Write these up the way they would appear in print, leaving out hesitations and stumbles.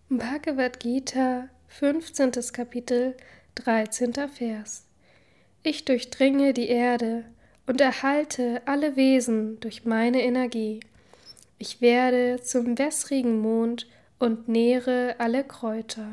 Bhagavad Gita, 15. Kapitel, 13. Vers. Ich durchdringe die Erde und erhalte alle Wesen durch meine Energie. Ich werde zum wässrigen Mond und nähre alle Kräuter.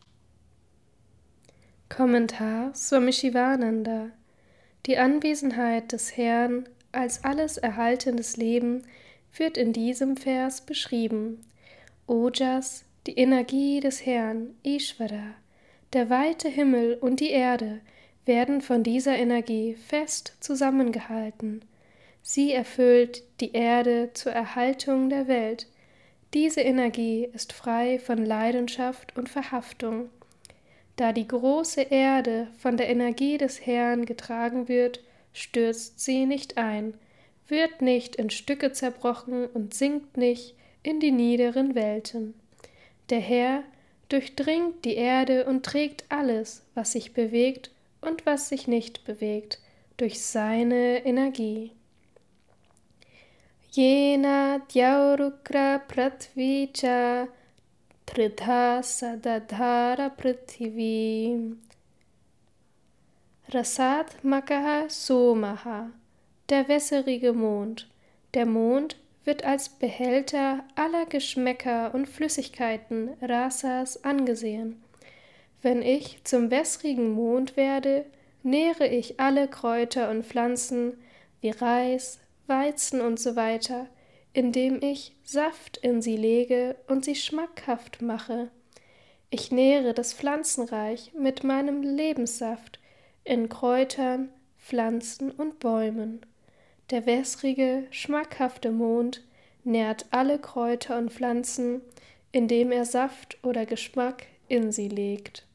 Kommentar Swami Shivananda. Die Anwesenheit des Herrn als alles erhaltendes Leben wird in diesem Vers beschrieben. Ojas, die Energie des Herrn, Ishvara, der weite Himmel und die Erde werden von dieser Energie fest zusammengehalten. Sie erfüllt die Erde zur Erhaltung der Welt. Diese Energie ist frei von Leidenschaft und Verhaftung. Da die große Erde von der Energie des Herrn getragen wird, stürzt sie nicht ein, wird nicht in Stücke zerbrochen und sinkt nicht in die niederen Welten. Der Herr durchdringt die Erde und trägt alles, was sich bewegt und was sich nicht bewegt, durch seine Energie. Jena Dyaurukra Prathvicha Tridha Sadadhara Prithivi Rasat Makaha Somaha, der wässerige Mond. Der Mond wird als Behälter aller Geschmäcker und Flüssigkeiten Rasas angesehen. Wenn ich zum wässrigen Mond werde, nähre ich alle Kräuter und Pflanzen wie Reis, Weizen usw., indem ich Saft in sie lege und sie schmackhaft mache. Ich nähre das Pflanzenreich mit meinem Lebenssaft in Kräutern, Pflanzen und Bäumen. Der wässrige, schmackhafte Mond nährt alle Kräuter und Pflanzen, indem er Saft oder Geschmack in sie legt.